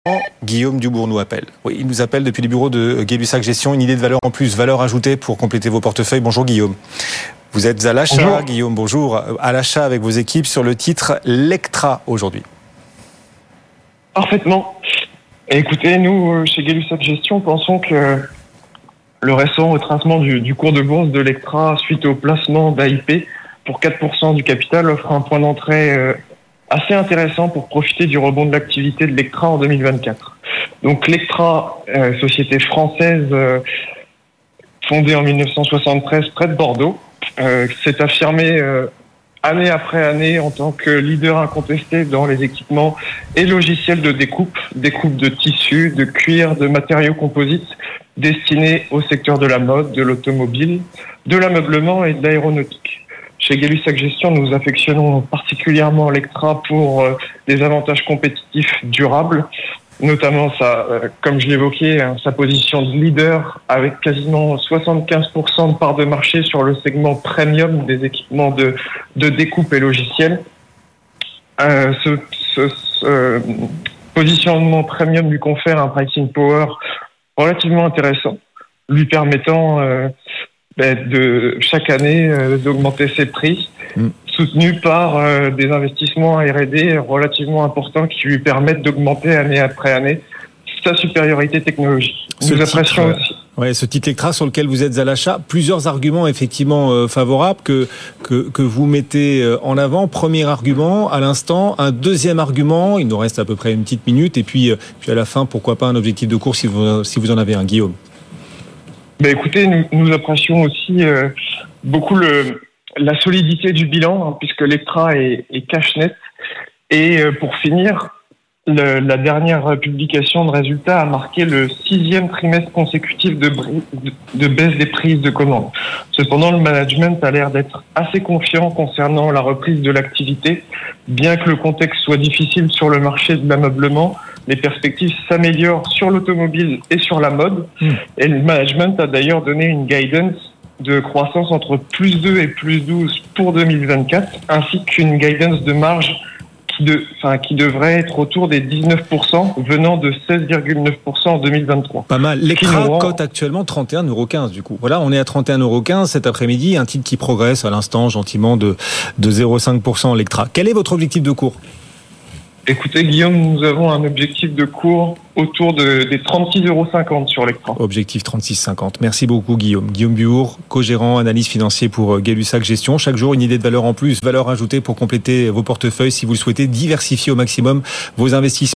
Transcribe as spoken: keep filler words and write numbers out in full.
Guillaume Dubourg nous appelle. Oui, il nous appelle depuis les bureaux de Gay-Lussac Gestion. Une idée de valeur en plus, valeur ajoutée pour compléter vos portefeuilles. Bonjour Guillaume. Vous êtes à l'achat, bonjour. Guillaume, bonjour. À l'achat avec vos équipes sur le titre Lectra aujourd'hui. Parfaitement. Écoutez, nous, chez Gay-Lussac Gestion, pensons que le récent retracement du, du cours de bourse de Lectra suite au placement d'A I P pour quatre pour cent du capital offre un point d'entrée euh, assez intéressant pour profiter du rebond de l'activité de Lectra en deux mille vingt-quatre. Donc Lectra, euh, société française euh, fondée en mille neuf cent soixante-treize près de Bordeaux, euh, s'est affirmée euh, année après année en tant que leader incontesté dans les équipements et logiciels de découpe, découpe de tissus, de cuir, de matériaux composites destinés au secteur de la mode, de l'automobile, de l'ameublement et de l'aéronautique. Chez Gay-Lussac Gestion, nous affectionnons particulièrement Lectra pour euh, des avantages compétitifs durables, notamment sa, euh, comme je l'évoquais, hein, sa position de leader avec quasiment soixante-quinze pour cent de part de marché sur le segment premium des équipements de, de découpe et logiciels. Euh, ce, ce, ce euh, positionnement premium lui confère un pricing power relativement intéressant, lui permettant euh, de chaque année euh, d'augmenter ses prix, mmh. soutenu par euh, des investissements R et D relativement importants qui lui permettent d'augmenter année après année sa supériorité technologique. Ce Nous titre, apprécions aussi. Ouais, ce titre Lectra sur lequel vous êtes à l'achat, plusieurs arguments effectivement euh, favorables que, que que vous mettez en avant. Premier argument à l'instant, un deuxième argument, il nous reste à peu près une petite minute, et puis, puis à la fin, pourquoi pas un objectif de cours si vous, si vous en avez un, Guillaume. Ben écoutez, nous, nous apprécions aussi euh, beaucoup le, la solidité du bilan, hein, puisque Lectra est, est cash net. Et euh, pour finir, le, la dernière publication de résultats a marqué le sixième trimestre consécutif de, de, de baisse des prises de commandes. Cependant, le management a l'air d'être assez confiant concernant la reprise de l'activité. Bien que le contexte soit difficile sur le marché de l'ameublement, les perspectives s'améliorent sur l'automobile et sur la mode. Mmh. Et le management a d'ailleurs donné une guidance de croissance entre plus deux et plus douze pour deux mille vingt-quatre, ainsi qu'une guidance de marge qui, de, enfin, qui devrait être autour des dix-neuf pour cent, venant de seize virgule neuf pour cent en deux mille vingt-trois. Pas mal. Lectra rend... cote actuellement trente et un euros quinze du coup. Voilà, on est à trente et un euros quinze cet après-midi, un titre qui progresse à l'instant gentiment de, de zéro virgule cinq pour cent Lectra. Quel est votre objectif de cours ? Écoutez Guillaume, nous avons un objectif de cours autour de, des trente-six euros cinquante sur Lectra. Objectif trente-six euros cinquante. Merci beaucoup Guillaume. Guillaume Dubourg, co-gérant analyse financier pour Gay-Lussac Gestion. Chaque jour, une idée de valeur en plus, valeur ajoutée pour compléter vos portefeuilles si vous le souhaitez, diversifier au maximum vos investissements.